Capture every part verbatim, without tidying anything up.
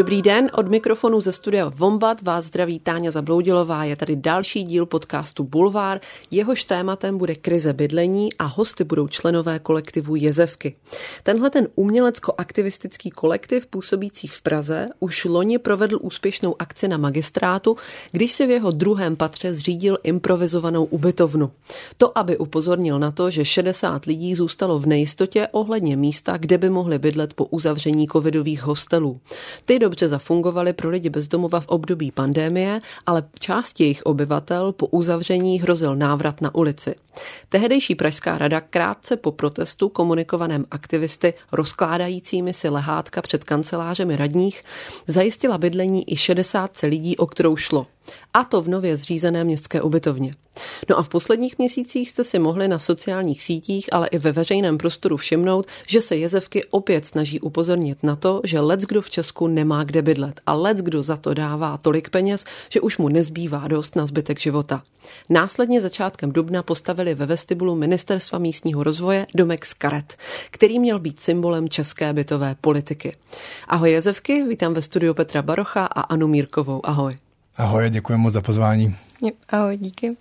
Dobrý den, od mikrofonu ze studia Vombat vás zdraví Táňa Zabloudilová. Je tady další díl podcastu Bulvár. Jehož tématem bude krize bydlení a hosty budou členové kolektivu Jezevky. Tenhle ten umělecko-aktivistický kolektiv působící v Praze už loni provedl úspěšnou akci na magistrátu, když si v jeho druhém patře zřídil improvizovanou ubytovnu. To, aby upozornil na to, že šedesát lidí zůstalo v nejistotě ohledně místa, kde by mohli bydlet po uzavření covidových hostelů. Ty dobře zafungovaly pro lidi bez domova v období pandemie, ale části jejich obyvatel po uzavření hrozil návrat na ulici. Tehdejší pražská rada krátce po protestu komunikovaném aktivisty rozkládajícími si lehátka před kancelářemi radních zajistila bydlení i šedesátce lidí, o kterou šlo. A to v nově zřízené městské ubytovně. No a v posledních měsících jste si mohli na sociálních sítích, ale i ve veřejném prostoru všimnout, že se Jezevky opět snaží upozornit na to, že leckdo v Česku nemá kde bydlet a leckdo za to dává tolik peněz, že už mu nezbývá dost na zbytek života. Následně začátkem dubna postavili ve vestibulu Ministerstva místního rozvoje domek z karet, který měl být symbolem české bytové politiky. Ahoj Jezevky, vítám ve studiu Petra Barocha a Anu Mírkovou. Ahoj. Ahoj, děkuji moc za pozvání. Ahoj, díky.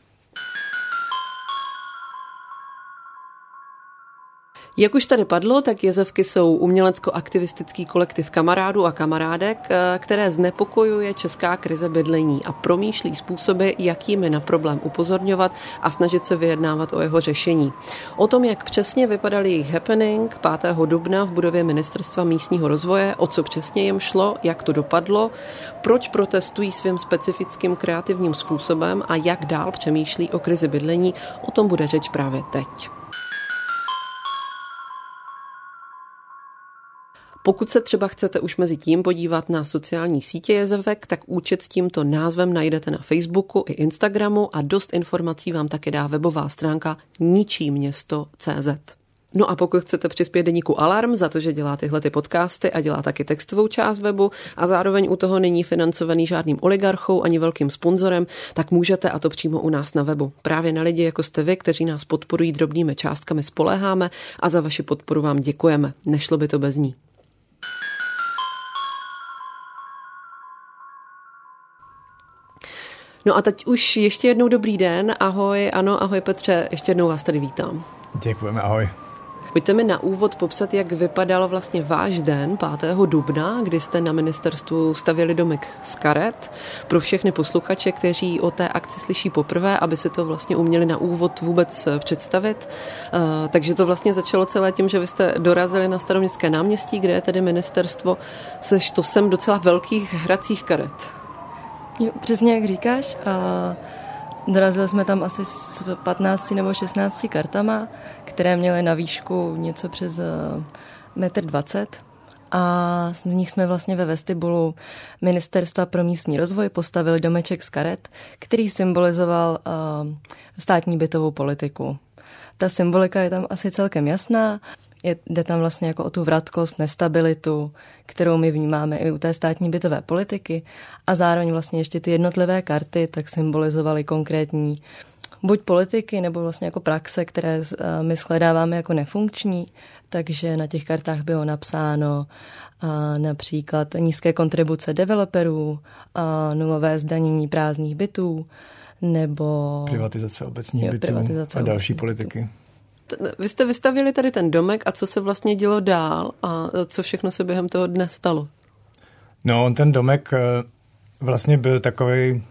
Jak už tady padlo, tak Jezevky jsou umělecko-aktivistický kolektiv kamarádů a kamarádek, které znepokojuje česká krize bydlení a promýšlí způsoby, jakými na problém upozorňovat a snažit se vyjednávat o jeho řešení. O tom, jak přesně vypadal jejich happening pátého dubna v budově Ministerstva místního rozvoje, o co přesně jim šlo, jak to dopadlo, proč protestují svým specifickým kreativním způsobem a jak dál přemýšlí o krizi bydlení, o tom bude řeč právě teď. Pokud se třeba chcete už mezi tím podívat na sociální sítě Jezevek, tak účet s tímto názvem najdete na Facebooku i Instagramu a dost informací vám také dá webová stránka ničíměsto tečka cé zet. No a pokud chcete přispět deníku Alarm za to, že dělá tyhle ty podcasty a dělá taky textovou část webu a zároveň u toho není financovaný žádným oligarchou ani velkým sponzorem, tak můžete, a to přímo u nás na webu. Právě na lidi, jako jste vy, kteří nás podporují drobnými částkami, spoléháme a za vaši podporu vám děkujeme. Nešlo by to bez ní. No a teď už ještě jednou dobrý den, ahoj, ano, ahoj Petře, ještě jednou vás tady vítám. Děkujeme, ahoj. Pojďte mi na úvod popsat, jak vypadal vlastně váš den pátého dubna, kdy jste na ministerstvu stavěli domek z karet. Pro všechny posluchače, kteří o té akci slyší poprvé, aby si to vlastně uměli na úvod vůbec představit. Uh, takže to vlastně začalo celé tím, že vy jste dorazili na Staroměstské náměstí, kde je tedy ministerstvo se štosem docela velkých hracích karet. Jo, přesně jak říkáš. A dorazili jsme tam asi s patnácti nebo šestnácti kartama, které měly na výšku něco přes metr dvacet. A z nich jsme vlastně ve vestibulu Ministerstva pro místní rozvoj postavili domeček z karet, který symbolizoval uh, státní bytovou politiku. Ta symbolika je tam asi celkem jasná. Je, jde tam vlastně jako o tu vratkost, nestabilitu, kterou my vnímáme i u té státní bytové politiky a zároveň vlastně ještě ty jednotlivé karty tak symbolizovaly konkrétní buď politiky nebo vlastně jako praxe, které my shledáváme jako nefunkční, takže na těch kartách bylo napsáno a například nízké kontribuce developerů, a nulové zdanění prázdných bytů nebo privatizace obecních jo, bytů privatizace a další bytů. Politiky. Vy jste vystavili tady ten domek a co se vlastně dělo dál a co všechno se během toho dne stalo? No, on ten domek vlastně byl takovej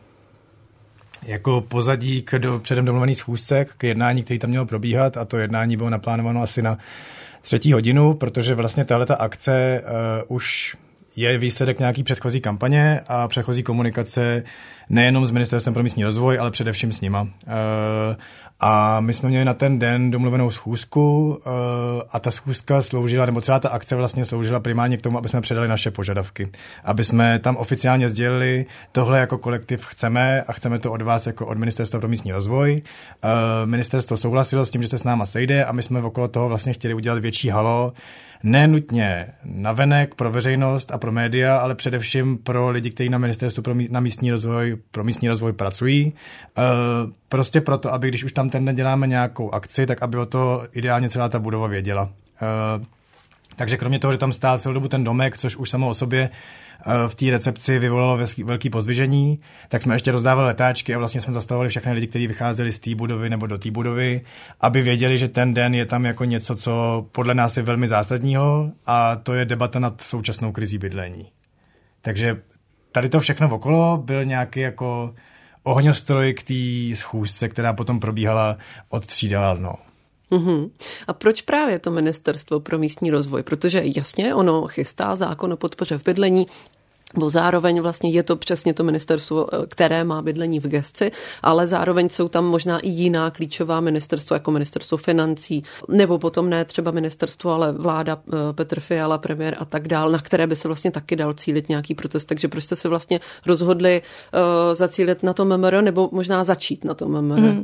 jako pozadí k do, předem domluvený schůzce, k jednání, který tam mělo probíhat a to jednání bylo naplánováno asi na třetí hodinu, protože vlastně tahleta akce uh, už je výsledek nějaký předchozí kampaně a předchozí komunikace nejenom s Ministerstvem pro místní rozvoj, ale především s nima. Uh, A my jsme měli na ten den domluvenou schůzku a ta schůzka sloužila, nebo celá ta akce vlastně sloužila primárně k tomu, aby jsme předali naše požadavky. Aby jsme tam oficiálně sdělili, tohle jako kolektiv chceme a chceme to od vás jako od Ministerstva pro místní rozvoj. Ministerstvo souhlasilo s tím, že se s náma sejde a my jsme okolo toho vlastně chtěli udělat větší halo, nenutně navenek pro veřejnost a pro média, ale především pro lidi, kteří na Ministerstvu pro, mí, na místní rozvoj, pro místní rozvoj pracují. E, prostě proto, aby když už tam ten den děláme nějakou akci, tak aby o to ideálně celá ta budova věděla. E, Takže kromě toho, že tam stál celou dobu ten domek, což už samo o sobě v té recepci vyvolalo velký pozdvižení, tak jsme ještě rozdávali letáčky a vlastně jsme zastavovali všechny lidi, kteří vycházeli z té budovy nebo do té budovy, aby věděli, že ten den je tam jako něco, co podle nás je velmi zásadního, a to je debata nad současnou krizí bydlení. Takže tady to všechno okolo byl nějaký jako ohňostroj k té schůzce, která potom probíhala od tří dál dno. Uhum. A proč právě to Ministerstvo pro místní rozvoj? Protože jasně, ono chystá zákon o podpoře v bydlení, bo zároveň vlastně je to přesně to ministerstvo, které má bydlení v gesci, ale zároveň jsou tam možná i jiná klíčová ministerstva, jako ministerstvo financí, nebo potom ne třeba ministerstvo, ale vláda, Petr Fiala, premiér a tak dál, na které by se vlastně taky dal cílit nějaký protest. Takže proč jste se vlastně rozhodli uh, zacílit na to M M R, nebo možná začít na to M M R? Mm.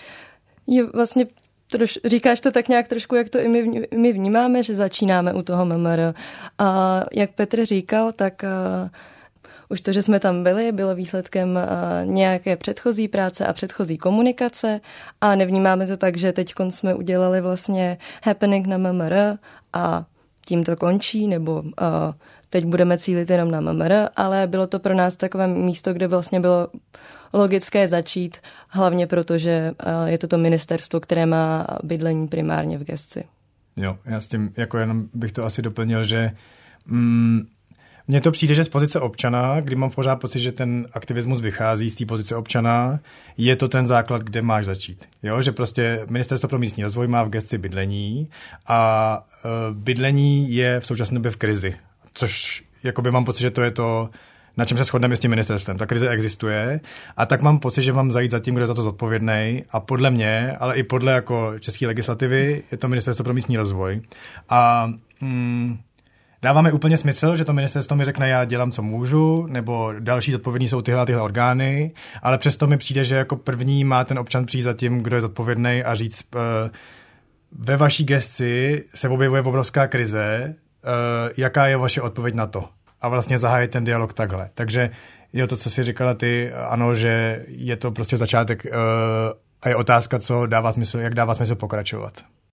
Jo, vlastně Troš, říkáš to tak nějak trošku, jak to i my, my vnímáme, že začínáme u toho M M R. A jak Petr říkal, tak uh, už to, že jsme tam byli, bylo výsledkem uh, nějaké předchozí práce a předchozí komunikace a nevnímáme to tak, že teď jsme udělali vlastně happening na M M R a tím to končí, nebo uh, teď budeme cílit jenom na M M R, ale bylo to pro nás takové místo, kde vlastně bylo logické začít, hlavně proto, že je to to ministerstvo, které má bydlení primárně v gesci. Jo, já s tím jako jenom bych to asi doplnil, že mm, mně to přijde, že z pozice občana, kdy mám pořád pocit, že ten aktivismus vychází z té pozice občana, je to ten základ, kde máš začít. Jo, že prostě Ministerstvo pro místní rozvoj má v gesci bydlení a uh, bydlení je v současné době v krizi, což jakoby mám pocit, že to je to, na čem se shodneme s tím ministerstvem. Ta krize existuje a tak mám pocit, že mám zajít za tím, kdo je za to zodpovědný, a podle mě, ale i podle jako české legislativy je to Ministerstvo pro místní rozvoj. A mm, dává mi úplně smysl, že to ministerstvo mi řekne, já dělám, co můžu, nebo další zodpovědní jsou tyhle tyhle orgány, ale přesto mi přijde, že jako první má ten občan přijít za tím, kdo je zodpovědný, a říct, uh, ve vaší gesci se objevuje obrovská krize, uh, jaká je vaše odpověď na to? A vlastně zahájit ten dialog takhle. Takže je to, co jsi říkala ty, ano, že je to prostě začátek uh, a je otázka, co dává smysl, jak dává smysl pokračovat.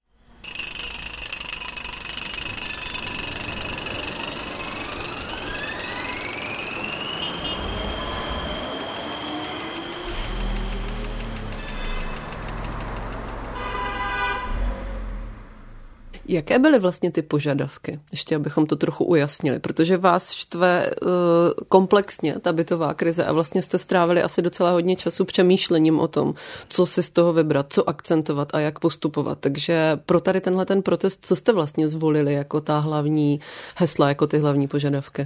Jaké byly vlastně ty požadavky? Ještě abychom to trochu ujasnili, protože vás štve uh, komplexně ta bytová krize a vlastně jste strávili asi docela hodně času přemýšlením o tom, co si z toho vybrat, co akcentovat a jak postupovat. Takže pro tady tenhle ten protest, co jste vlastně zvolili jako ta hlavní hesla, jako ty hlavní požadavky?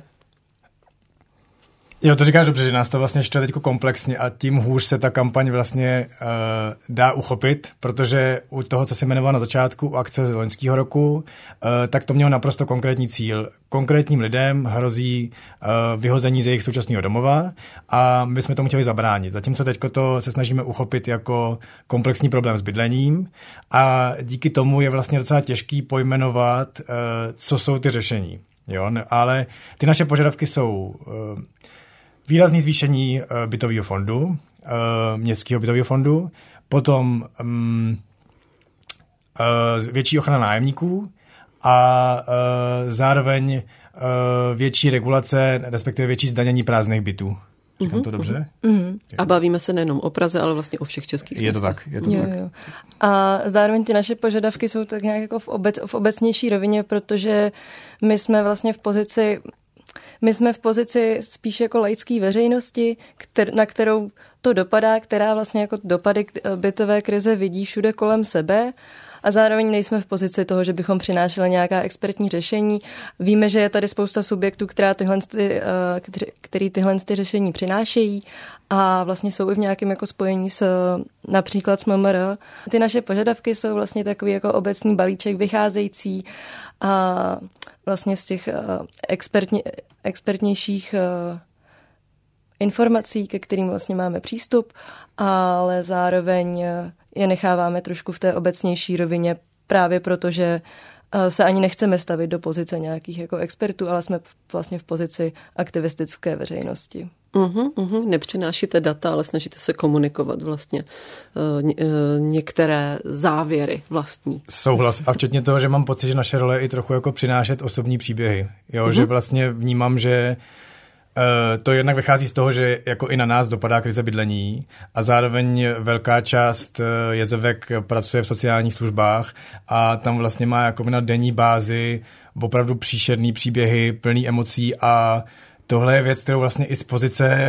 Jo, to říkáš dobře, že nás to vlastně štve teďko komplexně a tím hůř se ta kampaň vlastně uh, dá uchopit, protože u toho, co se jmenovalo na začátku, u akce z loňského roku, uh, tak to mělo naprosto konkrétní cíl. Konkrétním lidem hrozí uh, vyhození z jejich současného domova a my jsme tomu chtěli zabránit. Zatímco teďko to se snažíme uchopit jako komplexní problém s bydlením a díky tomu je vlastně docela těžký pojmenovat, uh, co jsou ty řešení. Jo, ale ty naše požadavky jsou uh, výrazné zvýšení uh, bytového fondu, uh, městského bytového fondu, potom um, uh, větší ochrana nájemníků a uh, zároveň uh, větší regulace, respektive větší zdanění prázdných bytů. Říkám to dobře? Mm-hmm. A bavíme se nejenom o Praze, ale vlastně o všech českých Je to tak, je to jo, tak. Jo. A zároveň ty naše požadavky jsou tak nějak jako v, obec, v obecnější rovině, protože my jsme vlastně v pozici My jsme v pozici spíš jako laické veřejnosti, kter, na kterou to dopadá, která vlastně jako dopady bytové krize vidí všude kolem sebe a zároveň nejsme v pozici toho, že bychom přinášeli nějaká expertní řešení. Víme, že je tady spousta subjektů, která tyhle, který tyhle ty řešení přinášejí a vlastně jsou i v nějakém jako spojení s například s M M R. Ty naše požadavky jsou vlastně takový jako obecný balíček vycházející a vlastně z těch expertně, expertnějších informací, ke kterým vlastně máme přístup, ale zároveň je necháváme trošku v té obecnější rovině právě proto, že se ani nechceme stavit do pozice nějakých jako expertů, ale jsme vlastně v pozici aktivistické veřejnosti. Uhum, uhum. Nepřinášíte data, ale snažíte se komunikovat vlastně uh, některé závěry vlastní. Souhlas. A včetně toho, že mám pocit, že naše role je i trochu jako přinášet osobní příběhy. Jo, uhum. Že vlastně vnímám, že uh, to jednak vychází z toho, že jako i na nás dopadá krize bydlení a zároveň velká část uh, jezevek pracuje v sociálních službách a tam vlastně má jako na denní bázi opravdu příšerný příběhy, plný emocí a tohle je věc, kterou vlastně i z pozice,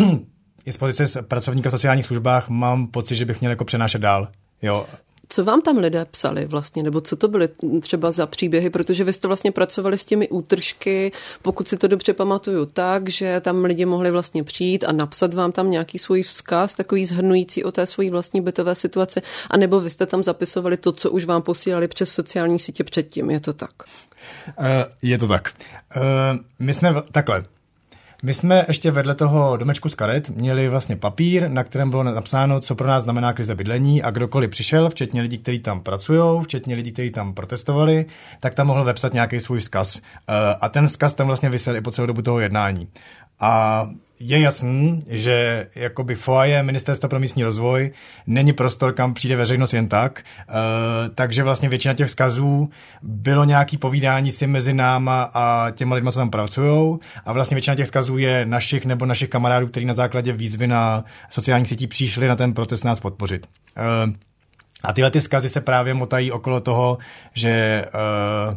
i z pozice pracovníka v sociálních službách mám pocit, že bych měl jako přenášet dál. Jo. Co vám tam lidé psali vlastně, nebo co to byly třeba za příběhy, protože vy jste vlastně pracovali s těmi útržky, pokud si to dobře pamatuju tak, že tam lidi mohli vlastně přijít a napsat vám tam nějaký svůj vzkaz, takový shrnující o té svojí vlastní bytové situaci, anebo vy jste tam zapisovali to, co už vám posílali přes sociální sítě předtím, je to tak? Uh, je to tak. Uh, my jsme v... takhle. My jsme ještě vedle toho domečku z karet měli vlastně papír, na kterém bylo napsáno, co pro nás znamená krize bydlení a kdokoliv přišel, včetně lidí, kteří tam pracují, včetně lidí, kteří tam protestovali, tak tam mohl vepsat nějaký svůj vzkaz. A ten vzkaz tam vlastně visel i po celou dobu toho jednání. A je jasný, že jakoby foaje Ministerstva pro místní rozvoj není prostor, kam přijde veřejnost jen tak, uh, takže vlastně většina těch vzkazů bylo nějaký povídání si mezi náma a těma lidma, co tam pracujou a vlastně většina těch vzkazů je našich nebo našich kamarádů, kteří na základě výzvy na sociálních sítích přišli na ten protest nás podpořit. Uh, a tyhle ty vzkazy se právě motají okolo toho, že uh,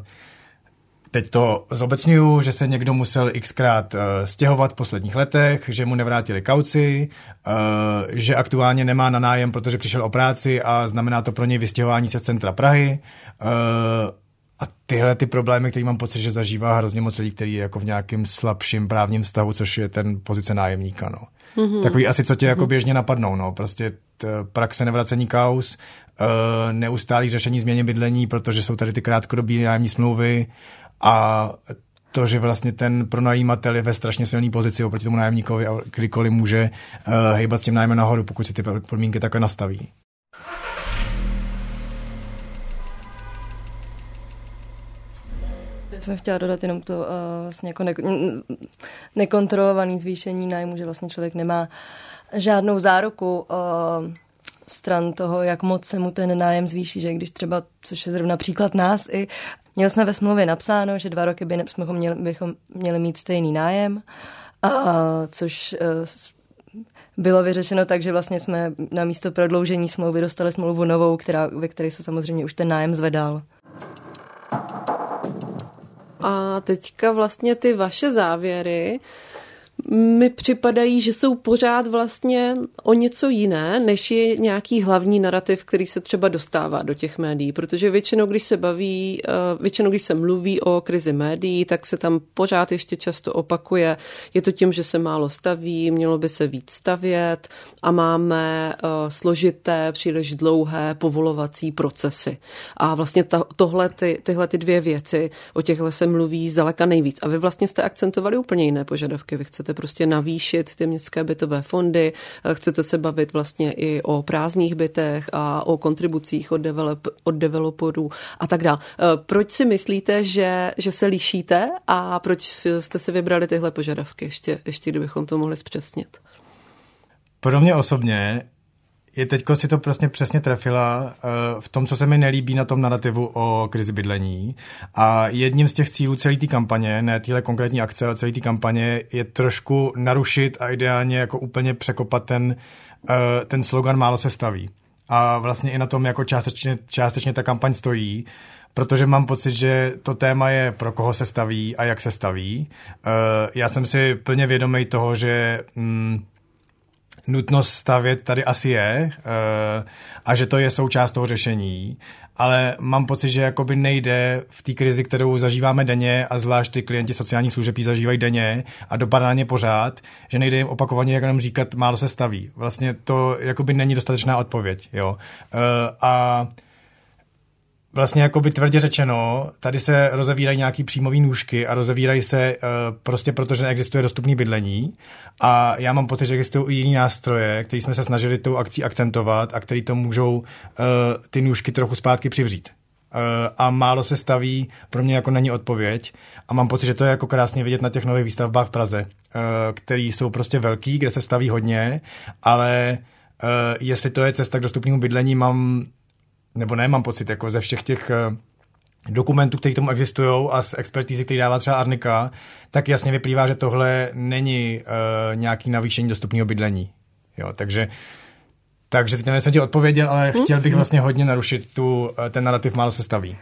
teď to zobecňuju, že se někdo musel xkrát uh, stěhovat v posledních letech, že mu nevrátili kauci, uh, že aktuálně nemá na nájem, protože přišel o práci a znamená to pro něj vystěhování se z centra Prahy. Uh, a tyhle ty problémy, které mám pocit, že zažívá hrozně moc lidí, který je jako v nějakým slabším právním vztahu, což je ten pozice nájemníka. No. Mm-hmm. Takový asi, co tě jako běžně napadnou. No. Prostě t, praxe nevracení kauz, uh, neustálý řešení změny bydlení, protože jsou tady ty krátkodobé nájemní smlouvy, a to, že vlastně ten pronajímatel je ve strašně silné pozici oproti tomu nájemníkovi a kdykoliv může uh, hejbat s tím nájmem nahoru, pokud si ty podmínky takhle nastaví. Já jsem chtěla dodat jenom to uh, vlastně jako ne- nekontrolované zvýšení nájmu, že vlastně člověk nemá žádnou záruku uh, stran toho, jak moc se mu ten nájem zvýší, že když třeba, což je zrovna příklad nás i, měli jsme ve smlouvě napsáno, že dva roky by jsme měli, bychom měli mít stejný nájem, a, což uh, bylo vyřešeno tak, že vlastně jsme na místo prodloužení smlouvy dostali smlouvu novou, která, ve které se samozřejmě už ten nájem zvedal. A teďka vlastně ty vaše závěry mi připadají, že jsou pořád vlastně o něco jiné, než je nějaký hlavní narrativ, který se třeba dostává do těch médií, protože většinou, když se baví, většinou, když se mluví o krizi médií, tak se tam pořád ještě často opakuje, je to tím, že se málo staví, mělo by se víc stavět a máme složité, příliš dlouhé povolovací procesy. A vlastně ta, tohle, ty, tyhle ty dvě věci, o těchhle se mluví zdaleka nejvíc. A vy vlastně jste akcentovali úplně jiné požadavky. Vy chcete prostě navýšit ty městské bytové fondy, chcete se bavit vlastně i o prázdných bytech a o kontribucích od, develop, od developerů a tak dále. Proč si myslíte, že, že se lišíte a proč jste si vybrali tyhle požadavky? Ještě, ještě kdybychom to mohli zpřesnit. Pro mě osobně je teďko si to prostě přesně trefila uh, v tom, co se mi nelíbí na tom narrativu o krizi bydlení. A jedním z těch cílů celé té kampaně, ne téhle konkrétní akce, ale celé té kampaně, je trošku narušit a ideálně jako úplně překopat ten, uh, ten slogan málo se staví. A vlastně i na tom jako částečně, částečně ta kampaň stojí, protože mám pocit, že to téma je pro koho se staví a jak se staví. Uh, já jsem si plně vědomý toho, že mm, nutnost stavět tady asi je uh, a že to je součást toho řešení, ale mám pocit, že jakoby nejde v té krizi, kterou zažíváme denně a zvlášť ty klienti sociálních služeb ji zažívají denně a dopadá na ně pořád, že nejde jim opakovaně jak jenom říkat, málo se staví. Vlastně to jakoby není dostatečná odpověď. Jo? Uh, a vlastně jakoby tvrdě řečeno, tady se rozevírají nějaký příjmový nůžky a rozevírají se uh, prostě proto, že neexistuje dostupný bydlení a já mám pocit, že existují i jiný nástroje, který jsme se snažili tou akcí akcentovat a který to můžou uh, ty nůžky trochu zpátky přivřít. a málo se staví, pro mě jako není odpověď. A mám pocit, že to je jako krásně vidět na těch nových výstavbách v Praze, který jsou prostě velký, kde se staví hodně, ale jestli to je cesta k dostupnému bydlení, mám, nebo ne, mám pocit, jako ze všech těch dokumentů, které k tomu existují a z expertízy, který dává třeba Arnika, tak jasně vyplývá, že tohle není uh, nějaký navýšení dostupného bydlení. Jo, takže takže teď nevím, jsem ti odpověděl, ale hmm. chtěl bych vlastně hodně narušit tu, ten narrativ málo se staví.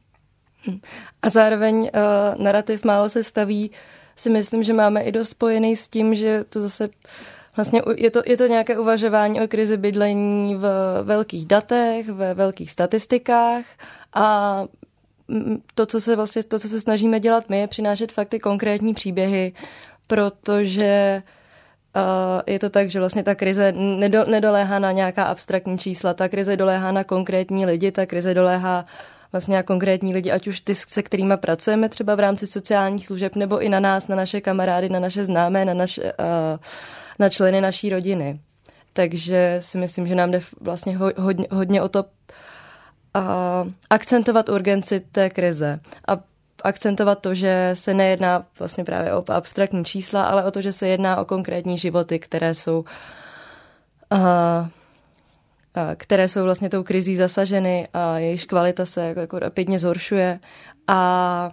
A zároveň uh, narrativ málo se staví si myslím, že máme i dost spojený s tím, že to zase vlastně je to, je to nějaké uvažování o krizi bydlení v velkých datech, ve velkých statistikách a to, co se vlastně, to, co se snažíme dělat my, je přinášet fakty, konkrétní příběhy, protože uh, je to tak, že vlastně ta krize nedo, nedoléhá na nějaká abstraktní čísla, ta krize doléhá na konkrétní lidi, ta krize doléhá vlastně na konkrétní lidi, ať už ty, se kterými pracujeme třeba v rámci sociálních služeb, nebo i na nás, na naše kamarády, na naše známé, na, naše, uh, na členy naší rodiny. Takže si myslím, že nám jde vlastně ho, hodně, hodně o to a akcentovat urgenci té krize a akcentovat to, že se nejedná vlastně právě o abstraktní čísla, ale o to, že se jedná o konkrétní životy, které jsou a, a, které jsou vlastně tou krizí zasaženy a jejíž kvalita se jako, jako rapidně zhoršuje a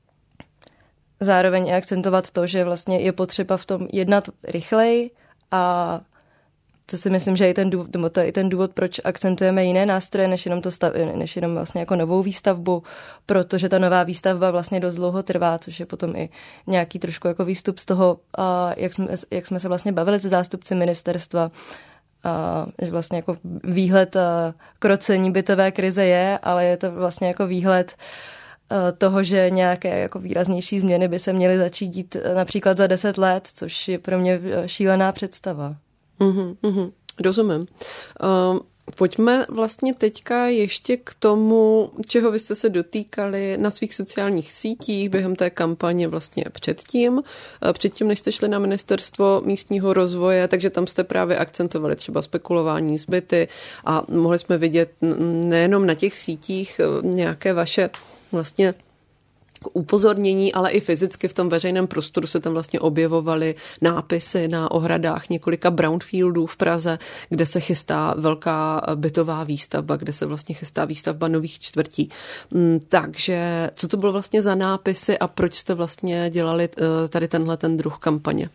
zároveň akcentovat to, že vlastně je potřeba v tom jednat rychleji a to si myslím, že je ten důvod, to je i ten důvod, proč akcentujeme jiné nástroje, než jenom, to stav, než jenom vlastně jako novou výstavbu, protože ta nová výstavba vlastně dost dlouho trvá, což je potom i nějaký trošku jako výstup z toho, jak jsme, jak jsme se vlastně bavili se zástupci ministerstva, že vlastně jako výhled krocení bytové krize je, ale je to vlastně jako výhled toho, že nějaké jako výraznější změny by se měly začít dít například za deset let, což je pro mě šílená představa. Uhum, uhum, rozumím. Uh, pojďme vlastně teďka ještě k tomu, čeho vy jste se dotýkali na svých sociálních sítích během té kampaně vlastně předtím, uh, předtím, než jste šli na ministerstvo místního rozvoje, takže tam jste právě akcentovali třeba spekulování s byty a mohli jsme vidět nejenom na těch sítích nějaké vaše vlastně upozornění, ale i fyzicky v tom veřejném prostoru se tam vlastně objevovaly nápisy na ohradách několika brownfieldů v Praze, kde se chystá velká bytová výstavba, kde se vlastně chystá výstavba nových čtvrtí. Takže co to bylo vlastně za nápisy a proč jste vlastně dělali tady tenhle ten druh kampaně?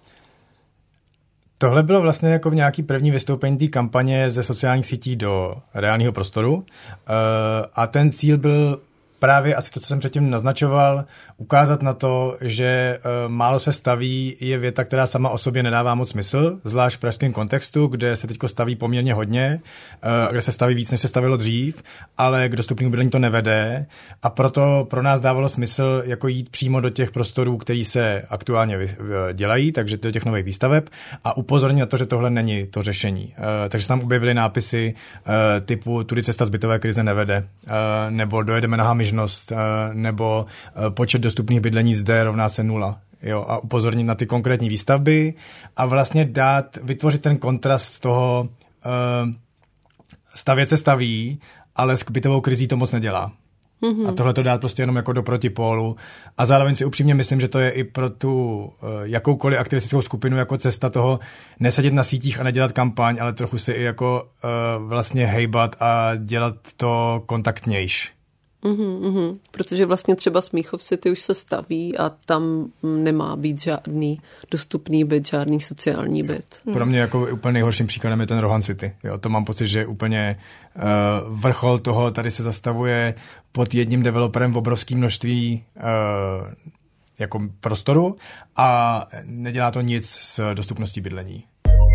Tohle bylo vlastně jako v nějaký první vystoupení té kampaně ze sociálních sítí do reálného prostoru a ten cíl byl právě asi to, co jsem předtím naznačoval, ukázat na to, že uh, málo se staví je věta, která sama o sobě nedává moc smysl, zvlášť v pražském kontextu, kde se teďko staví poměrně hodně, uh, kde se staví víc, než se stavilo dřív, ale k dostupnému bydlení to nevede a proto pro nás dávalo smysl jako jít přímo do těch prostorů, které se aktuálně vy, dělají, takže do těch nových výstaveb a upozornit na to, že tohle není to řešení. Uh, takže se tam objevily nápisy uh, typu tudy cesta z bytové krize nevede, uh, nebo dojedeme na Hamižnost, uh, nebo uh, počet dostupných bydlení zde rovná se nula. Jo, a upozornit na ty konkrétní výstavby a vlastně dát, vytvořit ten kontrast toho uh, stavět se staví, ale s bytovou krizí to moc nedělá. Mm-hmm. A tohle to dát prostě jenom jako do protipólu. A zároveň si upřímně myslím, že to je i pro tu uh, jakoukoliv aktivistickou skupinu jako cesta toho nesedět na sítích a nedělat kampaň, ale trochu si i jako uh, vlastně hejbat a dělat to kontaktnějš. Uhum, uhum. Protože vlastně třeba Smíchov City už se staví a tam nemá být žádný dostupný byt, žádný sociální byt. Pro mě jako úplně nejhorším příkladem je ten Rohan City. Jo, to mám pocit, že je úplně uh, vrchol toho, tady se zastavuje pod jedním developerem v obrovském množství uh, jako prostoru a nedělá to nic s dostupností bydlení.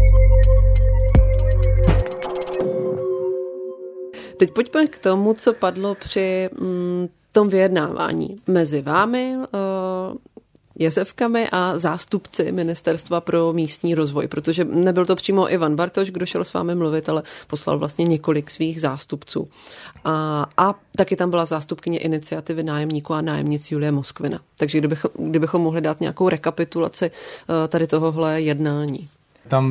Teď pojďme k tomu, co padlo při mm, tom vyjednávání mezi vámi, uh, jezevkami a zástupci Ministerstva pro místní rozvoj, protože nebyl to přímo Ivan Bartoš, kdo šel s vámi mluvit, ale poslal vlastně několik svých zástupců. A, a taky tam byla zástupkyně iniciativy nájemníků a nájemnic Julie Moskvina. Takže kdybychom, kdybychom mohli dát nějakou rekapitulaci uh, tady tohohle jednání. Tam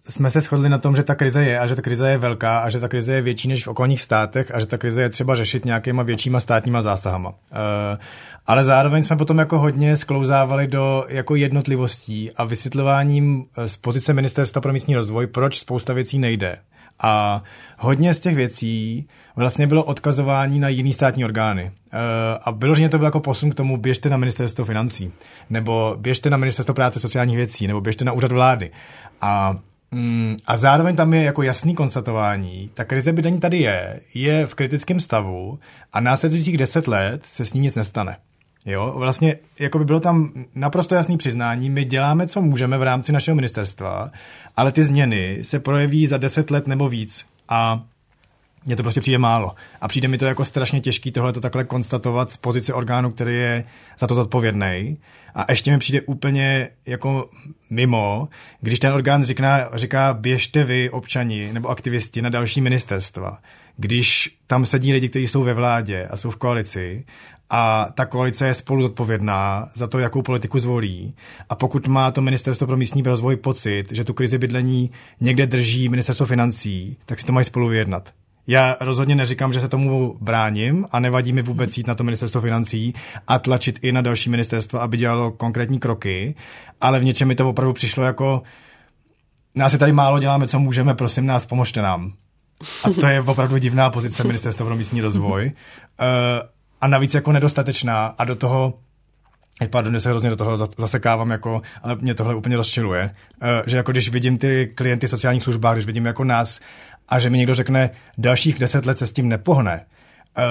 jsme se shodli na tom, že ta krize je a že ta krize je velká a že ta krize je větší než v okolních státech a že ta krize je třeba řešit nějakýma většíma státníma zásahama. Uh, ale zároveň jsme potom jako hodně sklouzávali do jako jednotlivostí a vysvětlováním z pozice Ministerstva pro místní rozvoj, proč spousta věcí nejde. A hodně z těch věcí vlastně bylo odkazování na jiný státní orgány. Uh, a vyloženě to bylo jako posun k tomu, běžte na Ministerstvo financí, nebo běžte na Ministerstvo práce sociálních věcí, nebo běžte na úřad vlády. A A zároveň tam je jako jasný konstatování, ta krize bydlení tady je, je v kritickém stavu a následujících deset let se s ní nic nestane. Jo, vlastně jako by bylo tam naprosto jasný přiznání, my děláme, co můžeme v rámci našeho ministerstva, ale ty změny se projeví za deset let nebo víc a mně to prostě přijde málo. A přijde mi to jako strašně těžký tohle to takhle konstatovat z pozice orgánu, který je za to zodpovědný. A ještě mi přijde úplně jako mimo, když ten orgán říká, říká běžte vy, občani nebo aktivisti, na další ministerstva. Když tam sedí lidi, kteří jsou ve vládě a jsou v koalici a ta koalice je spolu zodpovědná za to, jakou politiku zvolí. A pokud má to Ministerstvo pro místní rozvoj pocit, že tu krizi bydlení někde drží Ministerstvo financí, tak si to mají spolu vyjednat. Já rozhodně neříkám, že se tomu bráním a nevadí mi vůbec jít na to Ministerstvo financí a tlačit i na další ministerstva, aby dělalo konkrétní kroky, ale v něčem mi to opravdu přišlo jako nás je tady málo, děláme, co můžeme, prosím nás, pomožte nám. A to je opravdu divná pozice Ministerstva pro místní rozvoj. A navíc jako nedostatečná a do toho pardon, se hrozně do toho zasekávám, jako, ale mě tohle úplně rozčiluje, že jako když vidím ty klienty sociálních službách, když vidím jako nás a že mi někdo řekne, dalších deset let se s tím nepohne. Uh,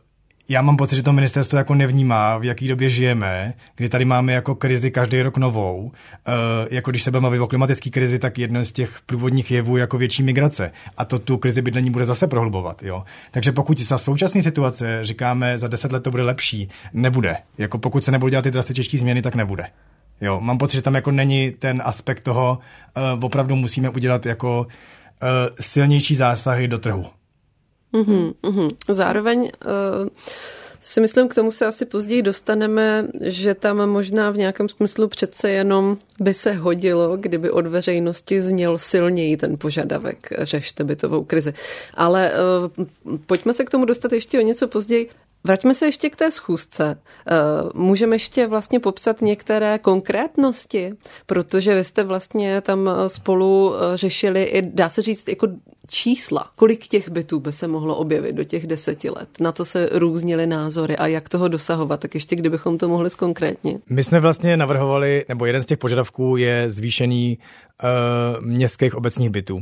já mám pocit, že to ministerstvo jako nevnímá, v jaký době žijeme, kdy tady máme jako krizi každý rok novou. Uh, jako když se budeme bavit o klimatické krizi, tak jedno z těch průvodních jevů jako větší migrace. A to tu krizi bydlení bude zase prohlubovat. Jo? Takže pokud za současné situace říkáme, za deset let to bude lepší, nebude. Jako pokud se nebudou dělat ty drastičtější změny, tak nebude. Jo? Mám pocit, že tam jako není ten aspekt toho, uh, opravdu musíme udělat jako Uh, silnější zásahy do trhu. Uhum, uhum. Zároveň uh, si myslím, k tomu se asi později dostaneme, že tam možná v nějakém smyslu přece jenom by se hodilo, kdyby od veřejnosti zněl silněji ten požadavek, řešte bytovou krizi. Ale uh, pojďme se k tomu dostat ještě o něco později. Vraťme se ještě k té schůzce. Můžeme ještě vlastně popsat některé konkrétnosti, protože vy jste vlastně tam spolu řešili i, dá se říct, jako čísla. Kolik těch bytů by se mohlo objevit do těch deseti let? Na to se různily názory a jak toho dosahovat, tak ještě kdybychom to mohli zkonkrétnit. My jsme vlastně navrhovali, nebo jeden z těch požadavků je zvýšení uh, městských obecních bytů.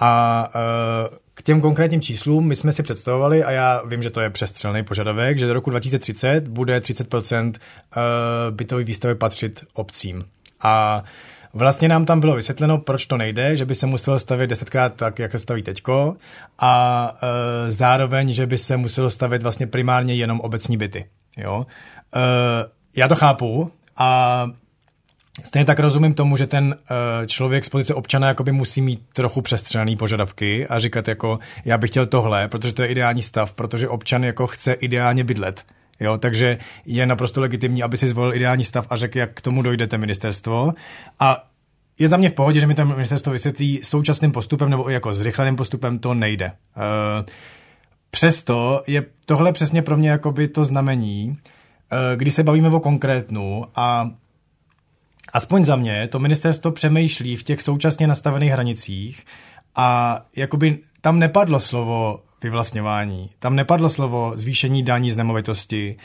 A uh, k těm konkrétním číslům my jsme si představovali, a já vím, že to je přestřelný požadavek, že do roku dva tisíce třicet bude třicet procent bytové výstavy patřit obcím. A vlastně nám tam bylo vysvětleno, proč to nejde, že by se muselo stavět desetkrát tak, jak se staví teďko, a e, zároveň, že by se muselo stavět vlastně primárně jenom obecní byty. Jo? E, já to chápu a stejně tak rozumím tomu, že ten uh, člověk z pozice občana jakoby musí mít trochu přestřelený požadavky a říkat jako já bych chtěl tohle, protože to je ideální stav, protože občan jako chce ideálně bydlet. Jo, takže je naprosto legitimní, aby si zvolil ideální stav a řekl, jak k tomu dojdete ministerstvo. A je za mě v pohodě, že mi to ministerstvo vysvětlí současným postupem nebo i jako zrychleným postupem, to nejde. Uh, přesto je tohle přesně pro mě jakoby to znamení, uh, kdy se bavíme o konkrétnu a aspoň za mě to ministerstvo přemýšlí v těch současně nastavených hranicích a jakoby tam nepadlo slovo vyvlastňování, tam nepadlo slovo zvýšení daní z nemovitosti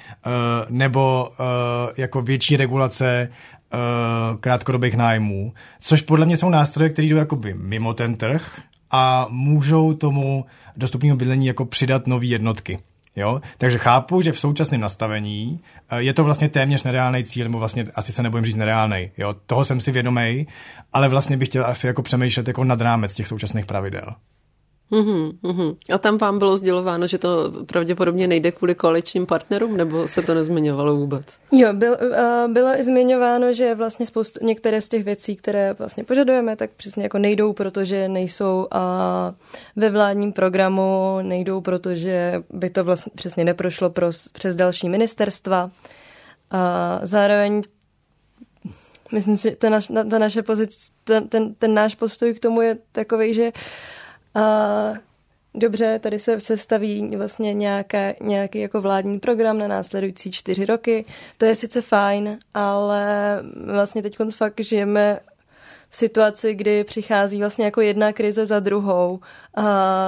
nebo jako větší regulace krátkodobých nájmů, což podle mě jsou nástroje, které jdou jakoby mimo ten trh a můžou tomu dostupnému bydlení jako přidat nový jednotky. Jo? Takže chápu, že v současném nastavení je to vlastně téměř nereálný cíl, nebo vlastně asi se nebudem říct nereálnej. Jo? Toho jsem si vědomý, ale vlastně bych chtěl asi jako přemýšlet jako nad rámec těch současných pravidel. Uhum, uhum. A tam vám bylo sdělováno, že to pravděpodobně nejde kvůli koaličním partnerům, nebo se to nezmiňovalo vůbec? Jo, byl, uh, bylo i zmiňováno, že vlastně spoustu, některé z těch věcí, které vlastně požadujeme, tak přesně jako nejdou, protože nejsou uh, ve vládním programu, nejdou, protože by to vlastně přesně neprošlo pro, přes další ministerstva. A zároveň myslím si, ta, naš, ta naše pozice, ten, ten, ten náš postoj k tomu je takový, že uh, dobře, tady se, se staví vlastně nějaké, nějaký jako vládní program na následující čtyři roky. To je sice fajn, ale vlastně teď fakt žijeme v situaci, kdy přichází vlastně jako jedna krize za druhou a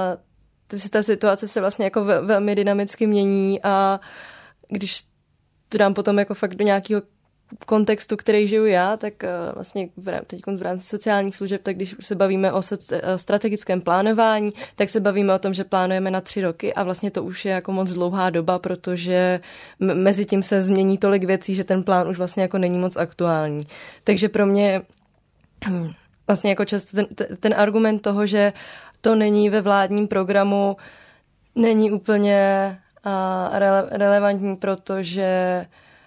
ta situace se vlastně jako velmi dynamicky mění a když to dám potom jako fakt do nějakého kontextu, který žiju já, tak vlastně teď v rámci sociálních služeb, tak když se bavíme o, soci- o strategickém plánování, tak se bavíme o tom, že plánujeme na tři roky a vlastně to už je jako moc dlouhá doba, protože m- mezi tím se změní tolik věcí, že ten plán už vlastně jako není moc aktuální. Takže pro mě vlastně jako často ten, ten argument toho, že to není ve vládním programu, není úplně uh, rele- relevantní, protože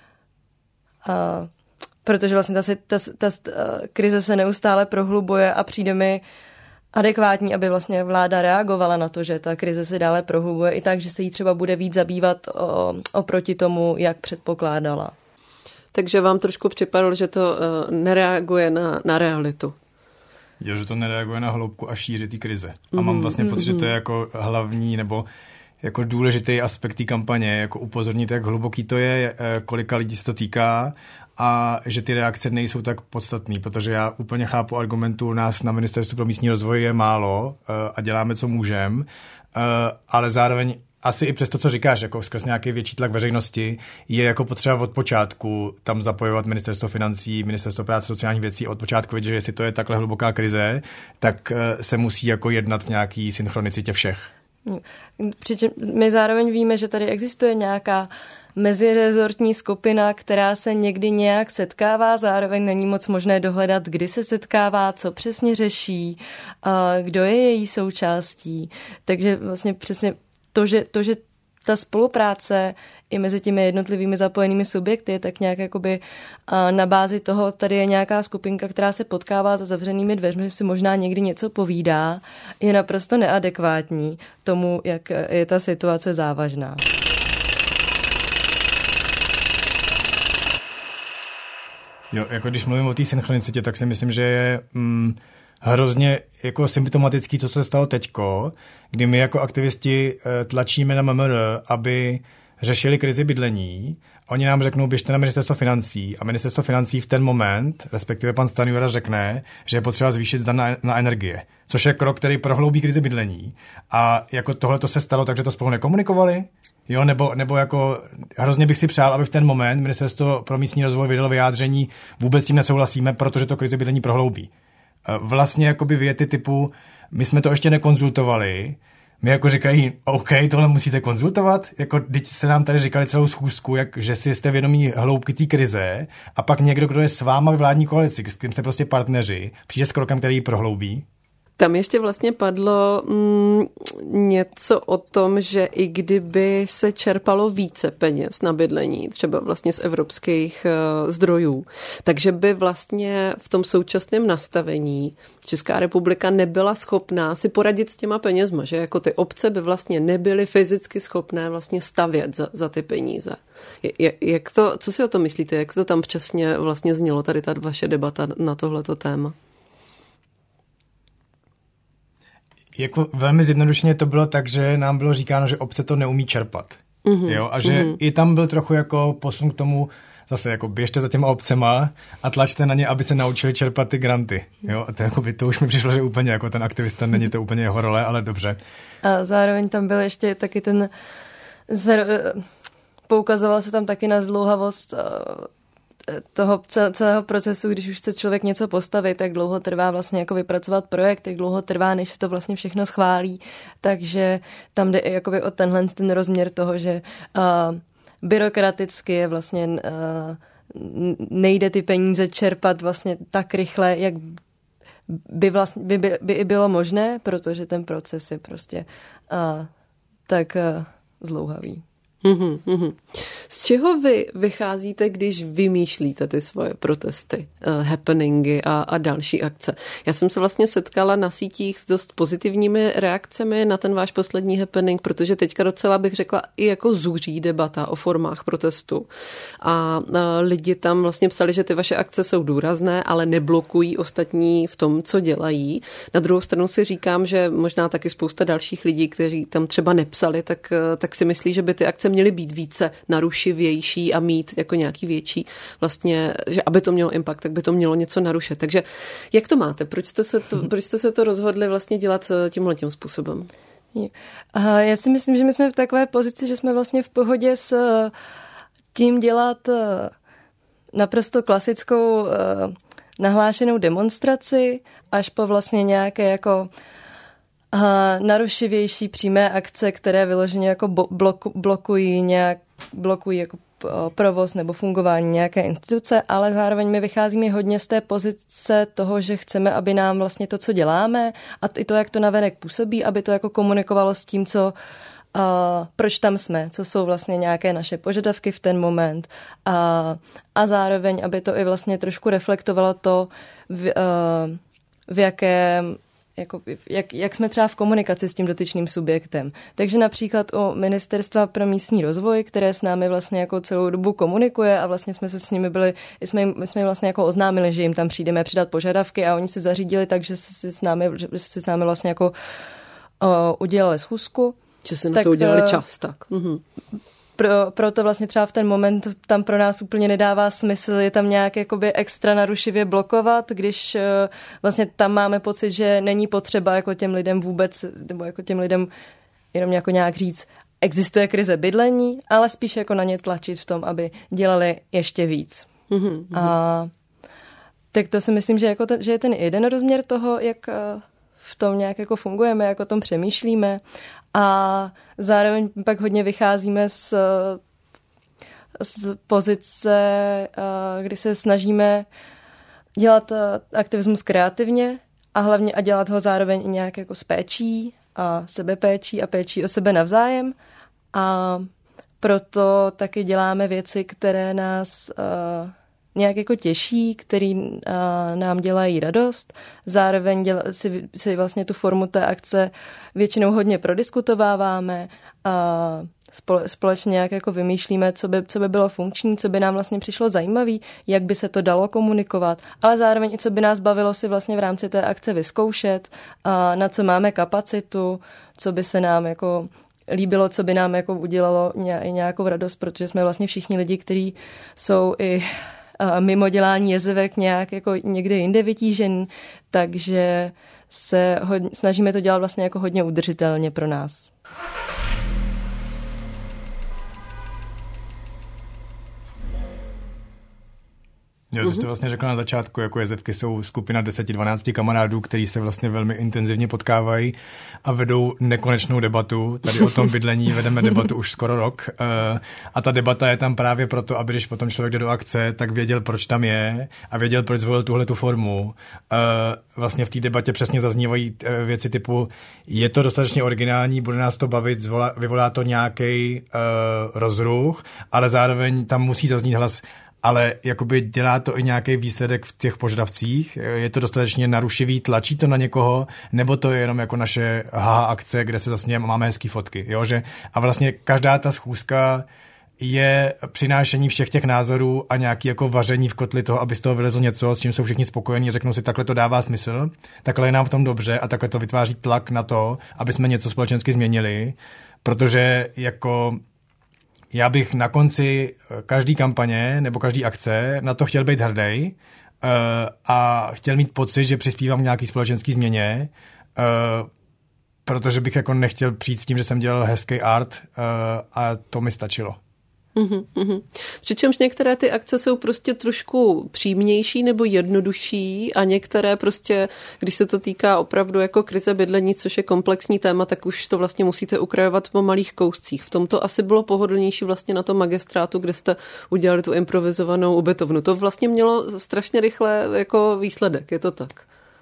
Uh, protože vlastně ta, ta, ta, ta krize se neustále prohlubuje a přijde mi adekvátní, aby vlastně vláda reagovala na to, že ta krize se dále prohlubuje i tak, že se jí třeba bude víc zabývat o, oproti tomu, jak předpokládala. Takže vám trošku připadlo, že to uh, nereaguje na, na realitu. Jo, že to nereaguje na hloubku a šíři té krize. A mám vlastně pocit, že to je jako hlavní nebo jako důležitý aspekt té kampaně, jako upozornit, jak hluboký to je, kolika lidí se to týká a že ty reakce nejsou tak podstatný, protože já úplně chápu argumentu, nás na Ministerstvu pro místní rozvoj je málo a děláme, co můžeme, ale zároveň asi i přes to, co říkáš, jako skrz nějaký větší tlak veřejnosti, je jako potřeba od počátku tam zapojovat Ministerstvo financí, Ministerstvo práce, sociálních věcí, od počátku vidět, že jestli to je takhle hluboká krize, tak se musí jako jednat v nějaký synchronicitě všech. Přičem my zároveň víme, že tady existuje nějaká mezirezortní skupina, která se někdy nějak setkává, zároveň není moc možné dohledat, kdy se setkává, co přesně řeší, kdo je její součástí. Takže vlastně přesně to, že, to, že ta spolupráce i mezi těmi jednotlivými zapojenými subjekty je tak nějak jakoby na bázi toho, tady je nějaká skupinka, která se potkává za zavřenými dveřmi, si možná někdy něco povídá, je naprosto neadekvátní tomu, jak je ta situace závažná. Jo, jako když mluvím o té synchronicitě, tak si myslím, že je mm, hrozně jako symptomatický to, co se stalo teďko, kdy my jako aktivisti tlačíme na M M R, aby řešili krizi bydlení. Oni nám řeknou, běžte na Ministerstvo financí a Ministerstvo financí v ten moment, respektive pan Stanjura řekne, že je potřeba zvýšit daň na, na energie, což je krok, který prohloubí krizi bydlení. A jako tohle to se stalo, takže to spolu nekomunikovali? Jo, nebo, nebo jako hrozně bych si přál, aby v ten moment Ministerstvo pro místní rozvoj vydalo vyjádření, vůbec s tím nesouhlasíme, protože to krizi bydlení prohloubí. Vlastně jakoby věty typu, my jsme to ještě nekonzultovali, my jako říkají, OK, tohle musíte konzultovat, jako teď se nám tady říkali celou schůzku, jak, že si jste vědomí hloubky té krize a pak někdo, kdo je s váma ve vládní koalici, s kým jste prostě partneři, přijde s krokem, který ji prohloubí. Tam ještě vlastně padlo mm, něco o tom, že i kdyby se čerpalo více peněz na bydlení, třeba vlastně z evropských uh, zdrojů, takže by vlastně v tom současném nastavení Česká republika nebyla schopná si poradit s těma penězma, že jako ty obce by vlastně nebyly fyzicky schopné vlastně stavět za, za ty peníze. Je, jak to, co si o tom myslíte? Jak to tam přesně vlastně znělo, tady ta vaše debata na tohleto téma? Jako velmi zjednodušeně to bylo tak, že nám bylo říkáno, že obce to neumí čerpat. Mm-hmm. Jo? A že mm-hmm. i tam byl trochu jako posun k tomu, zase jako běžte za těma obcema a tlačte na ně, aby se naučili čerpat ty granty. Jo? A to, jako by, to už mi přišlo, že úplně jako ten aktivista není to úplně jeho role, ale dobře. A zároveň tam byl ještě taky ten, poukazoval se tam taky na zdlouhavost toho celého procesu, když už chce člověk něco postavit, tak dlouho trvá vlastně jako vypracovat projekt, jak dlouho trvá, než se to vlastně všechno schválí. Takže tam jde jakoby o tenhle ten rozměr toho, že uh, byrokraticky je vlastně uh, nejde ty peníze čerpat vlastně tak rychle, jak by vlastně by, by, by i bylo možné, protože ten proces je prostě uh, tak uh, zdlouhavý. Uhum, uhum. Z čeho vy vycházíte, když vymýšlíte ty svoje protesty, uh, happeningy a, a další akce? Já jsem se vlastně setkala na sítích s dost pozitivními reakcemi na ten váš poslední happening, protože teďka docela bych řekla i jako zuří debata o formách protestu. A uh, lidi tam vlastně psali, že ty vaše akce jsou důrazné, ale neblokují ostatní v tom, co dělají. Na druhou stranu si říkám, že možná taky spousta dalších lidí, kteří tam třeba nepsali, tak, tak si myslí, že by ty akce měly být více narušivější a mít jako nějaký větší vlastně, že aby to mělo impact, tak by to mělo něco narušit. Takže jak to máte? Proč jste se to, proč jste se to rozhodli vlastně dělat tímhletím způsobem? Já si myslím, že my jsme v takové pozici, že jsme vlastně v pohodě s tím dělat naprosto klasickou nahlášenou demonstraci až po vlastně nějaké jako Aha, narušivější přímé akce, které vyloženě jako bloku, blokují nějak blokují jako provoz nebo fungování nějaké instituce, ale zároveň my vycházíme hodně z té pozice toho, že chceme, aby nám vlastně to, co děláme a i to, jak to navenek působí, aby to jako komunikovalo s tím, co Uh, proč tam jsme, co jsou vlastně nějaké naše požadavky v ten moment a, a zároveň, aby to i vlastně trošku reflektovalo to, v, uh, v jakém Jako, jak, jak jsme třeba v komunikaci s tím dotyčným subjektem. Takže například o Ministerstva pro místní rozvoj, které s námi vlastně jako celou dobu komunikuje a vlastně jsme se s nimi byli, jsme jim, jsme jim vlastně jako oznámili, že jim tam přijdeme přidat požadavky a oni se zařídili tak, že si s námi, že si s námi vlastně jako o, udělali schůzku. Že si na tak, to udělali čas, tak. Mhm. Pro, proto vlastně třeba v ten moment tam pro nás úplně nedává smysl je tam nějak jakoby extra narušivě blokovat, když uh, vlastně tam máme pocit, že není potřeba jako těm lidem vůbec, nebo jako těm lidem jenom jako nějak říct, existuje krize bydlení, ale spíš jako na ně tlačit v tom, aby dělali ještě víc. Mm-hmm. A tak to si myslím, že, jako ten, že je ten jeden rozměr toho, jak uh, v tom nějak jako fungujeme, jak o tom přemýšlíme a zároveň pak hodně vycházíme z, z pozice, kdy se snažíme dělat aktivismus kreativně a hlavně a dělat ho zároveň i nějak jako s péčí a sebepéčí a péčí o sebe navzájem a proto taky děláme věci, které nás nějak jako těší, který uh, nám dělají radost. Zároveň děla, si, si vlastně tu formu té akce většinou hodně prodiskutováváme a spole, společně nějak jako vymýšlíme, co by, co by bylo funkční, co by nám vlastně přišlo zajímavé, jak by se to dalo komunikovat, ale zároveň i co by nás bavilo si vlastně v rámci té akce vyzkoušet, a na co máme kapacitu, co by se nám jako líbilo, co by nám jako udělalo nějakou radost, protože jsme vlastně všichni lidi, kteří jsou i mimo dělání jezevek nějak jako někde jinde vytížený, takže se hodně, snažíme to dělat vlastně jako hodně udržitelně pro nás. Jo, to jste vlastně řekla na začátku, jako jezevky jsou skupina deset dvanáct kamarádů, kteří se vlastně velmi intenzivně potkávají a vedou nekonečnou debatu. Tady o tom bydlení vedeme debatu už skoro rok a ta debata je tam právě proto, aby když potom člověk jde do akce, tak věděl, proč tam je a věděl, proč zvolil tuhle tu formu. Vlastně v té debatě přesně zaznívají věci typu, je to dostatečně originální, bude nás to bavit, zvolá, vyvolá to nějaký rozruch, ale zároveň tam musí zaznít hlas, ale jakoby dělá to i nějaký výsledek v těch požadavcích, je to dostatečně narušivý, tlačí to na někoho, nebo to je jenom jako naše haha akce, kde se zasmějeme a máme hezký fotky, jo, že a vlastně každá ta schůzka je přinášení všech těch názorů a nějaký jako vaření v kotli toho, aby z toho vylezlo něco, s čím jsou všichni spokojení, řeknou si, takhle to dává smysl, takhle je nám v tom dobře a takhle to vytváří tlak na to, aby jsme něco společensky změnili, protože jako já bych na konci každý kampaně nebo každý akce na to chtěl být hrdý uh, a chtěl mít pocit, že přispívám k nějaký společenský změně, uh, protože bych jako nechtěl přijít s tím, že jsem dělal hezký art uh, a to mi stačilo. Uhum, uhum. Přičemž některé ty akce jsou prostě trošku přímější nebo jednodušší a některé prostě, když se to týká opravdu jako krize bydlení, což je komplexní téma, tak už to vlastně musíte ukrajovat po malých kouscích. V tom to asi bylo pohodlnější vlastně na tom magistrátu, kde jste udělali tu improvizovanou ubytovnu. To vlastně mělo strašně rychle jako výsledek, je to tak?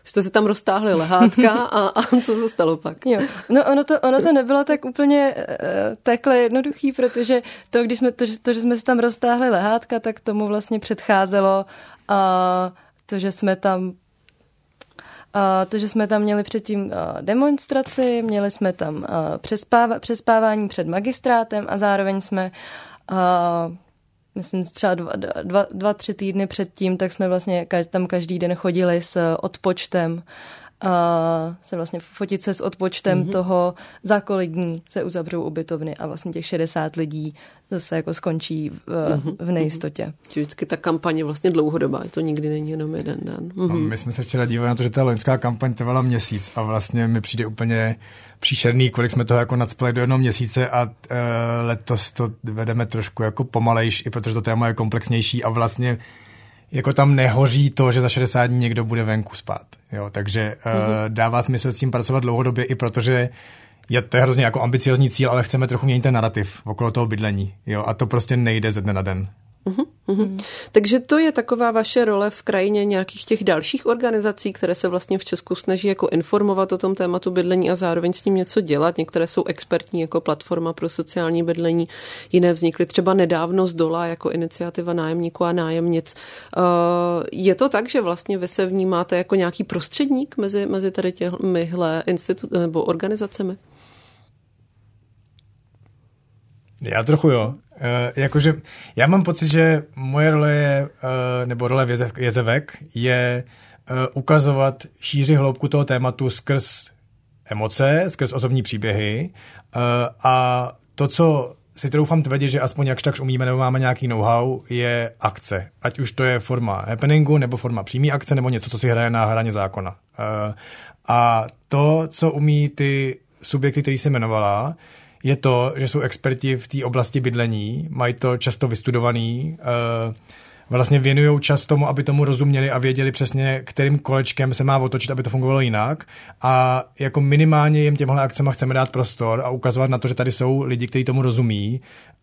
Jste si tam roztáhli lehátka a, a co se stalo pak? Jo. No ono to, ono to nebylo tak úplně uh, takhle jednoduchý, protože to, když jsme, to, to, že jsme si tam roztáhli lehátka, tak tomu vlastně předcházelo a uh, to, že jsme tam A to, že jsme tam měli předtím demonstraci, měli jsme tam přespáva, přespávání před magistrátem a zároveň jsme, myslím třeba dva, dva, dva, tři týdny předtím, tak jsme vlastně tam každý den chodili s odpočtem, a se vlastně fotit se s odpočtem mm-hmm. toho, za kolik dní se uzavřou ubytovny a vlastně těch šedesát lidí zase jako skončí v, mm-hmm. v nejistotě. Vždycky ta kampaň je vlastně dlouhodobá, to nikdy není jenom jeden den. Mm-hmm. No, my jsme se včera dívali na to, že ta loňská kampaň trvala měsíc a vlastně mi přijde úplně příšerný, kolik jsme toho jako nacpali do jednoho měsíce a e, letos to vedeme trošku jako pomalejš, i protože to téma je komplexnější a vlastně jako tam nehoří to, že za šedesát dní někdo bude venku spát. Jo, takže mm-hmm. uh, dává smysl s tím pracovat dlouhodobě i protože je to je hrozně jako ambiciozní cíl, ale chceme trochu měnit ten narrativ okolo toho bydlení. Jo, a to prostě nejde ze dne na den. Uhum, uhum. Takže to je taková vaše role v krajině nějakých těch dalších organizací, které se vlastně v Česku snaží jako informovat o tom tématu bydlení a zároveň s ním něco dělat. Některé jsou expertní jako platforma pro sociální bydlení, jiné vznikly třeba nedávno z dola jako iniciativa nájemníků a nájemnic. Je to tak, že vlastně vy se vnímáte jako nějaký prostředník mezi, mezi tady těmihle institu- nebo organizacemi? Já trochu jo. E, jakože já mám pocit, že moje role je, e, nebo role jezevek je e, ukazovat šíři hloubku toho tématu skrz emoce, skrz osobní příběhy e, a to, co si troufám tvrdit, že aspoň jakž takž umíme nebo máme nějaký know-how, je akce. Ať už to je forma happeningu, nebo forma přímý akce, nebo něco, co si hraje na hraně zákona. E, a to, co umí ty subjekty, který jsi jmenovala, je to, že jsou experti v té oblasti bydlení, mají to často vystudovaný, vlastně věnují čas tomu, aby tomu rozuměli a věděli přesně, kterým kolečkem se má otočit, aby to fungovalo jinak. A jako minimálně jim těmhle akcema chceme dát prostor a ukazovat na to, že tady jsou lidi, kteří tomu rozumí.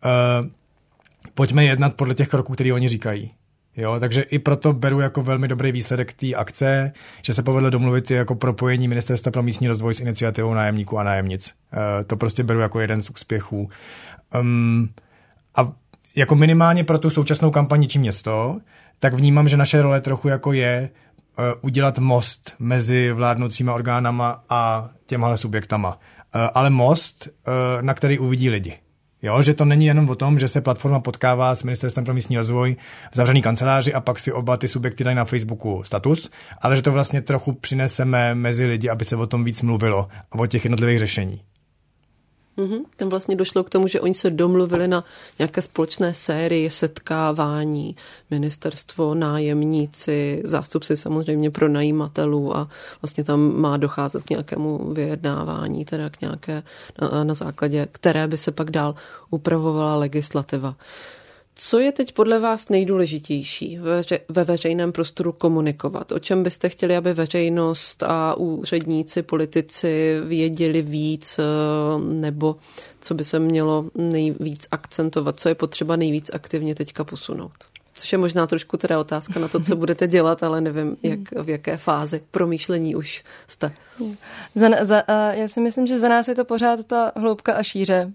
Pojďme jednat podle těch kroků, které oni říkají. Jo, takže i proto beru jako velmi dobrý výsledek té akce, že se povedlo domluvit jako propojení Ministerstva pro místní rozvoj s iniciativou nájemníků a nájemnic. Uh, to prostě beru jako jeden z úspěchů. Um, a jako minimálně pro tu současnou kampaň Ničí město, tak vnímám, že naše role trochu jako je uh, udělat most mezi vládnoucíma orgánama a těmhle subjektama. Uh, ale most, uh, na který uvidí lidi. Jo, že to není jenom o tom, že se platforma potkává s Ministerstvem pro místní rozvoj v zavřený kanceláři a pak si oba ty subjekty dají na Facebooku status, ale že to vlastně trochu přineseme mezi lidi, aby se o tom víc mluvilo a o těch jednotlivých řešení. Mm-hmm. Tam vlastně došlo k tomu, že oni se domluvili na nějaké společné sérii setkávání, ministerstvo, nájemníci, zástupci samozřejmě pronajímatelů a vlastně tam má docházet k nějakému vyjednávání, teda k nějaké, na, na základě které by se pak dál upravovala legislativa. Co je teď podle vás nejdůležitější ve veřejném prostoru komunikovat? O čem byste chtěli, aby veřejnost a úředníci, politici věděli víc, nebo co by se mělo nejvíc akcentovat? Co je potřeba nejvíc aktivně teďka posunout? Což je možná trošku teda otázka na to, co budete dělat, ale nevím, jak, v jaké fázi promýšlení už jste. Za, za, já si myslím, že za nás je to pořád ta hloubka a šíře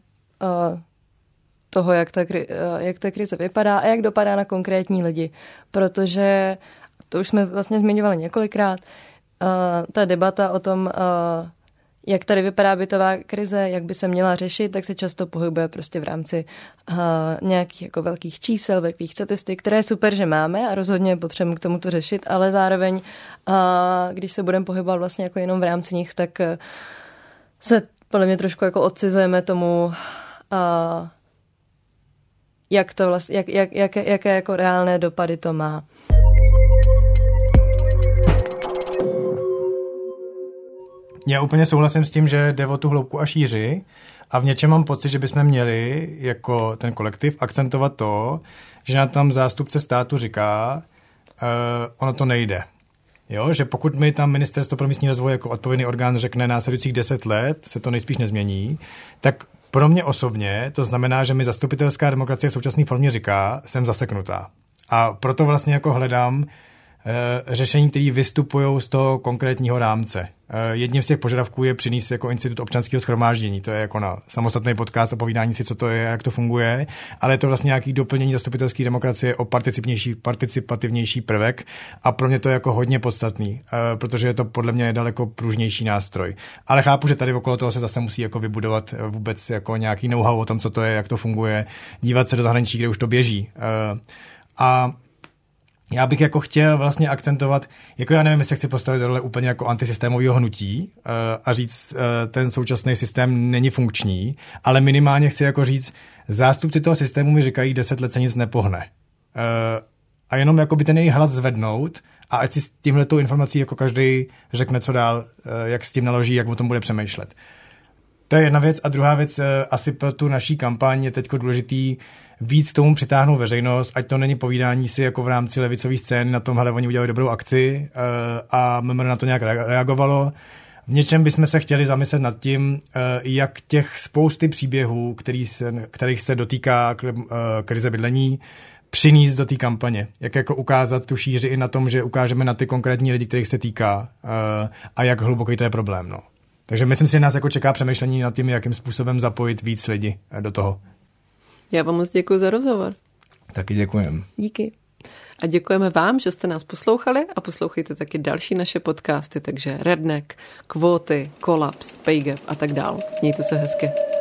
toho, jak ta, jak ta krize vypadá a jak dopadá na konkrétní lidi. Protože, to už jsme vlastně zmiňovali několikrát, ta debata o tom, jak tady vypadá bytová krize, jak by se měla řešit, tak se často pohybuje prostě v rámci nějakých jako velkých čísel, velkých statistik, které je super, že máme a rozhodně potřebujeme k tomu to řešit, ale zároveň, když se budeme pohybovat vlastně jako jenom v rámci nich, tak se podle mě trošku jako odcizujeme tomu, jak to vlastně, jak, jak, jak, jaké jako reálné dopady to má. Já úplně souhlasím s tím, že jde o tu hloubku a šíři a v něčem mám pocit, že bychom měli jako ten kolektiv akcentovat to, že nám tam zástupce státu říká, uh, ono to nejde. Jo, že pokud mi tam Ministerstvo pro místní rozvoj jako odpovědný orgán řekne následujících deset let se to nejspíš nezmění, tak pro mě osobně to znamená, že mi zastupitelská demokracie v současné formě říká, jsem zaseknutá. A proto vlastně jako hledám řešení, které vystupují z toho konkrétního rámce. Jedním z těch požadavků je přinést jako institut občanského shromáždění. To je jako na samostatný podcast a povídání si, co to je, jak to funguje, ale je to vlastně nějaký doplnění zastupitelské demokracie o participativnější, participativnější prvek a pro mě to je jako hodně podstatný, protože je to podle mě daleko pružnější nástroj. Ale chápu, že tady okolo toho se zase musí jako vybudovat vůbec jako nějaký know-how o tom, co to je, jak to funguje, dívat se do zahraničí, kde už to běží. A já bych jako chtěl vlastně akcentovat, jako já nevím, jestli chci postavit role úplně jako antisystémového hnutí uh, a říct, uh, ten současný systém není funkční, ale minimálně chci jako říct, zástupci toho systému mi říkají, deset let se nic nepohne. Uh, a jenom jako by ten jejich hlas zvednout a ať si s tímhletou informací jako každý řekne, co dál, uh, jak s tím naloží, jak o tom bude přemýšlet. To je jedna věc. A druhá věc, uh, asi pro tu naší kampaň je teďko důležitý víc k tomu přitáhnout veřejnost, ať to není povídání si jako v rámci levicové scény na tom, hele, oni udělali dobrou akci uh, a M M R na to nějak reagovalo. V něčem bychom se chtěli zamyslet nad tím, uh, jak těch spousty příběhů, který se, kterých se dotýká uh, krize bydlení, přinést do té kampaně. Jak jako ukázat tu šíři i na tom, že ukážeme na ty konkrétní lidi, kterých se týká uh, a jak hluboký to je problém. No. Takže myslím si, že nás jako čeká přemýšlení nad tím, jakým způsobem zapojit víc lidí do toho. Já vám moc děkuji za rozhovor. Taky děkujem. Díky. A děkujeme vám, že jste nás poslouchali a poslouchejte taky další naše podcasty, takže Redneck, Kvóty, Kolaps, Pay Gap a tak dál. Mějte se hezky.